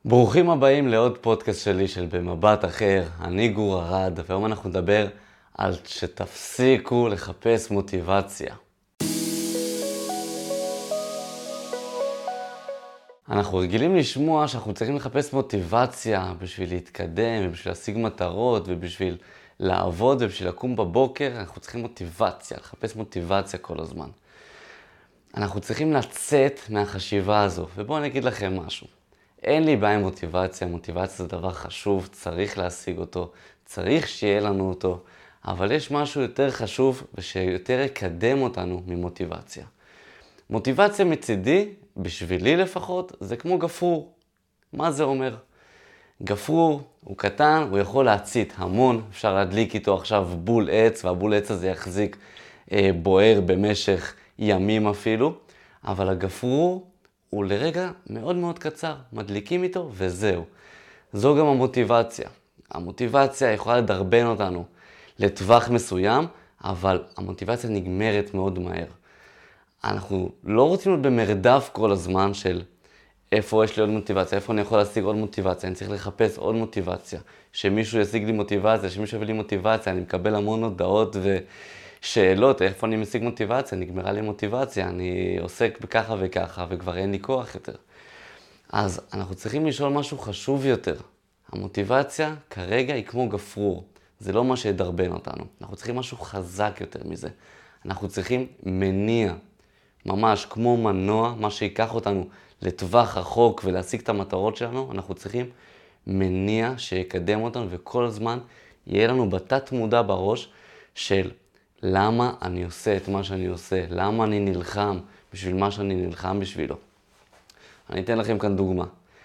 ברוכים הבאים לעוד פודקאסט שלי של במבט אחר. אני גור ארד, והיום אנחנו נדבר על שתפסיקו לחפש מוטיבציה. אנחנו רגילים לשמוע שאנחנו צריכים לחפש מוטיבציה בשביל להתקדם, ובשביל להשיג מטרות, ובשביל לעבוד, ובשביל לקום בבוקר. אנחנו צריכים מוטיבציה, לחפש מוטיבציה כל הזמן. אנחנו צריכים לצאת מהחשיבה הזו, ובואו אני אגיד לכם משהו. אין לי בעיה עם מוטיבציה, מוטיבציה זה דבר חשוב, צריך להשיג אותו, צריך שיהיה לנו אותו, אבל יש משהו יותר חשוב ושיותר יקדם אותנו ממוטיבציה. מוטיבציה מצידי, בשבילי לפחות, זה כמו גפרור. מה זה אומר? גפרור הוא קטן, הוא יכול להצית המון, אפשר להדליק איתו עכשיו בול עץ, והבול עץ הזה יחזיק בוער במשך ימים אפילו, אבל הגפרור הוא לרגע מאוד מאוד קצר, מדליקים איתו וזהו. זו גם המוטיבציה. המוטיבציה יכולה לדרבן אותנו לטווח מסוים, אבל המוטיבציה נגמרת מאוד מהר. אנחנו לא רוצים להיות במרדף כל הזמן של איפה יש לי עוד מוטיבציה, איפה אני יכול להשיג עוד מוטיבציה, אני צריך לחפש עוד מוטיבציה, שמישהו ישיג לי מוטיבציה, שמישהו יביא לי מוטיבציה, אני מקבל המון הודעות ושאלות, איפה אני משיג מוטיבציה, נגמרה לי מוטיבציה, אני עוסק בככה וככה וכבר אין לי כוח יותר. אז אנחנו צריכים לשאול משהו חשוב יותר. המוטיבציה כרגע היא כמו גפרור, זה לא מה שידרבן אותנו, אנחנו צריכים משהו חזק יותר מזה. אנחנו צריכים מניע, ממש כמו מנוע, מה שיקח אותנו לטווח רחוק ולהשיג את המטרות שלנו, אנחנו צריכים מניע שיקדם אותנו וכל הזמן יהיה לנו בתת מודע בראש של למה אני עושה את מה שאני עושה, למה אני נלחם בשביל מה שאני נלחם בשבילו. אני אתן לכם כאן דוגמה.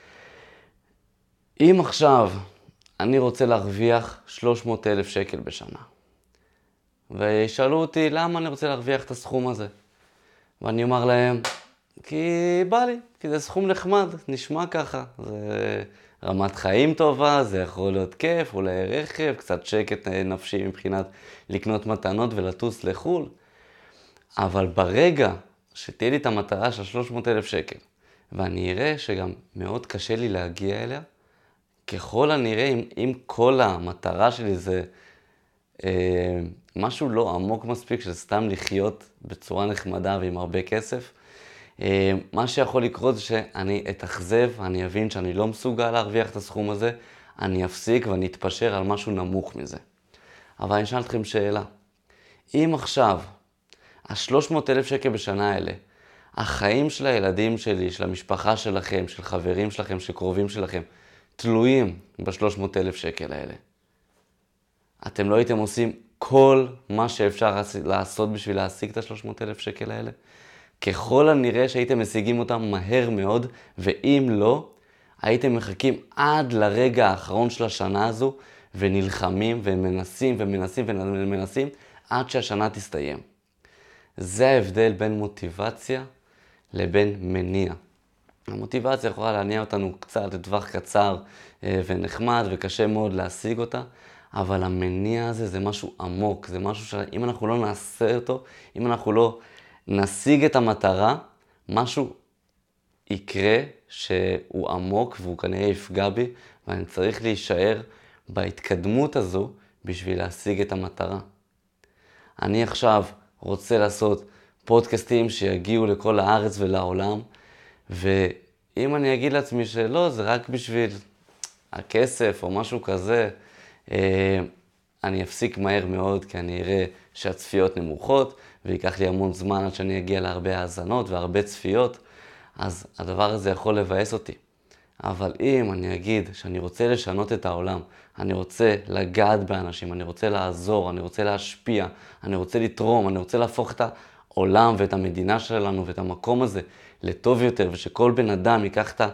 אם עכשיו אני רוצה להרוויח 300,000 שקל בשנה, וישאלו אותי למה אני רוצה להרוויח את הסכום הזה, ואני אומר להם, כי בא לי, כי זה סכום נחמד, נשמע ככה. זה רמת חיים טובה, זה יכול להיות כיף, אולי רכב, קצת שקט נפשי מבחינת לקנות מתנות ולטוס לחול. אבל ברגע שתהיה לי את המטרה של 300,000 שקל, ואני אראה שגם מאוד קשה לי להגיע אליה, ככל הנראה אם כל המטרה שלי זה משהו לא עמוק מספיק, שזה סתם לחיות בצורה נחמדה ועם הרבה כסף, מה שיכול לקרות זה שאני אתאכזב, אני אבין שאני לא מסוגל להרוויח את הסכום הזה, אני אפסיק ואני אתפשר על משהו נמוך מזה. אבל אני אשאל אתכם שאלה. אם עכשיו, ה-300,000 שקל בשנה האלה, החיים של הילדים שלי, של המשפחה שלכם, של חברים שלכם, של קרובים שלכם, תלויים ב-300,000 שקל האלה, אתם לא הייתם עושים כל מה שאפשר לעשות בשביל להשיג את ה-300,000 שקל האלה? ככל הנראה שהייתם משיגים אותם מהר מאוד, ואם לא, הייתם מחכים עד לרגע האחרון של השנה הזו, ונלחמים ומנסים ומנסים ומנסים, עד שהשנה תסתיים. זה ההבדל בין מוטיבציה לבין מניע. המוטיבציה יכולה להניע אותנו קצת לטווח קצר ונחמד וקשה מאוד להשיג אותה, אבל המניע הזה זה משהו עמוק, זה משהו שאם אנחנו לא נעשה אותו, אם אנחנו לא נשיג את המטרה, משהו יקרה שהוא עמוק והוא כנראה יפגע בי, ואני צריך להישאר בהתקדמות הזו בשביל להשיג את המטרה. אני עכשיו רוצה לעשות פודקאסטים שיגיעו לכל הארץ ולעולם, ואם אני אגיד לעצמי שלא, זה רק בשביל הכסף או משהו כזה, אני אפסיק מהר מאוד, כי אני אראה שהצפיות נמוכות, ויקח לי המון זמן עד שאני אגיע להרבה האזנות והרבה צפיות, אז הדבר הזה יכול לבאס אותי. אבל אם אני אגיד שאני רוצה לשנות את העולם, אני רוצה לגעת באנשים, אני רוצה לעזור, אני רוצה להשפיע, אני רוצה לתרום, אני רוצה להפוך את העולם ואת המדינה שלנו ואת המקום הזה לטוב יותר, ושכל בן אדם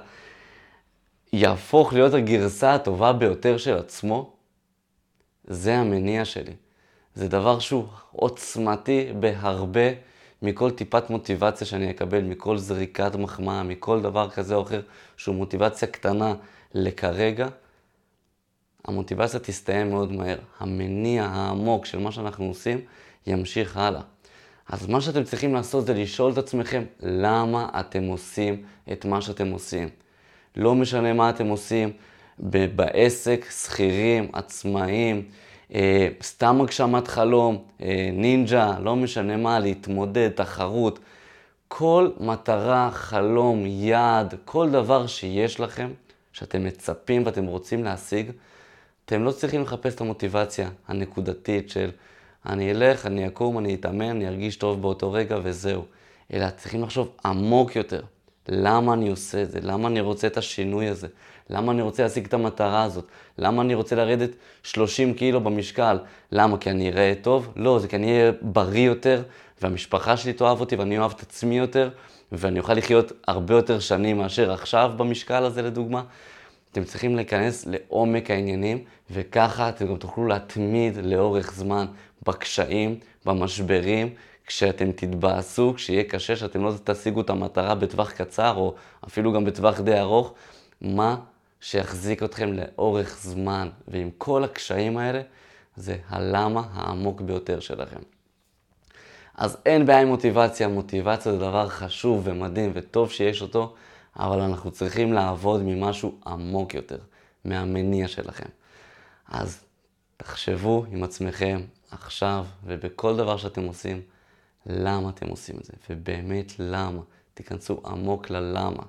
יהפוך להיות הגרסה הטובה ביותר של עצמו, זה המניע שלי. זה דבר שהוא עוצמתי בהרבה מכל טיפת מוטיבציה שאני אקבל, מכל זריקת מחמאה, מכל דבר כזה או אחר, שהוא מוטיבציה קטנה לכרגע. המוטיבציה תסתיים מאוד מהר. המניע העמוק של מה שאנחנו עושים ימשיך הלאה. אז מה שאתם צריכים לעשות זה לשאול את עצמכם למה אתם עושים את מה שאתם עושים. לא משנה מה אתם עושים, בעסק, שכירים, עצמאים, סתם הגשמת חלום, נינג'ה, לא משנה מה, להתמודד, תחרות. כל מטרה, חלום, יעד, כל דבר שיש לכם, שאתם מצפים ואתם רוצים להשיג, אתם לא צריכים לחפש את המוטיבציה הנקודתית של אני אלך, אני אקום, אני אתאמן, אני ארגיש טוב באותו רגע וזהו. אלא צריכים לחשוב עמוק יותר. למה אני עושה את זה? למה אני רוצה את השינוי הזה? למה אני רוצה להשיג את המטרה הזאת? למה אני רוצה לרדת 30 קילו במשקל? למה? כי אני אראה טוב? לא, זה כי אני אהיה בריא יותר, והמשפחה שלי תאהב אותי ואני אוהב את עצמי יותר, ואני אוכל לחיות הרבה יותר שנים מאשר עכשיו במשקל הזה לדוגמה. אתם צריכים להיכנס לעומק העניינים, וככה אתם גם תוכלו להתמיד לאורך זמן בקשיים, במשברים, כשאתם תתבאסו, כשיהיה קשה, שאתם לא תשיגו את המטרה בטווח קצר, או אפילו גם בטווח די ארוך, מה שיחזיק אתכם לאורך זמן. ועם כל הקשיים האלה, זה הלמה העמוק ביותר שלכם. אז אין בעיה עם מוטיבציה, מוטיבציה זה דבר חשוב ומדהים וטוב שיש אותו, אבל אנחנו צריכים לעבוד ממשהו עמוק יותר, מהמניע שלכם. אז תחשבו עם עצמכם עכשיו ובכל דבר שאתם עושים, למה אתם עושים את זה, ובאמת למה. תיכנסו עמוק ללמה.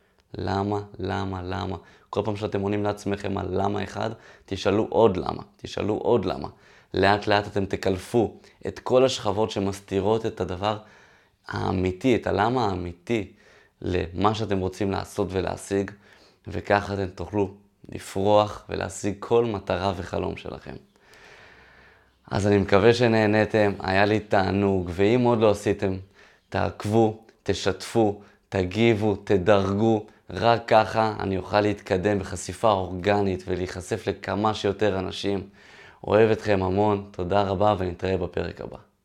למה. כל פעם שאתם עונים לעצמכם על למה אחד, תשאלו עוד למה. לאט לאט אתם תקלפו את כל השכבות שמסתירות את הדבר האמיתי, את הלמה האמיתי למה שאתם רוצים לעשות ולהשיג, וככה אתם תוכלו לפרוח ולהשיג כל מטרה וחלום שלכם. אז אני מקווה שנהנתם, היה לי תענוג, ואם עוד לא עשיתם, תעקבו, תשתפו, תגיבו, תדרגו, רק ככה אני אוכל להתקדם בחשיפה אורגנית ולהיחשף לכמה שיותר אנשים. אוהב אתכם המון, תודה רבה ונתראה בפרק הבא.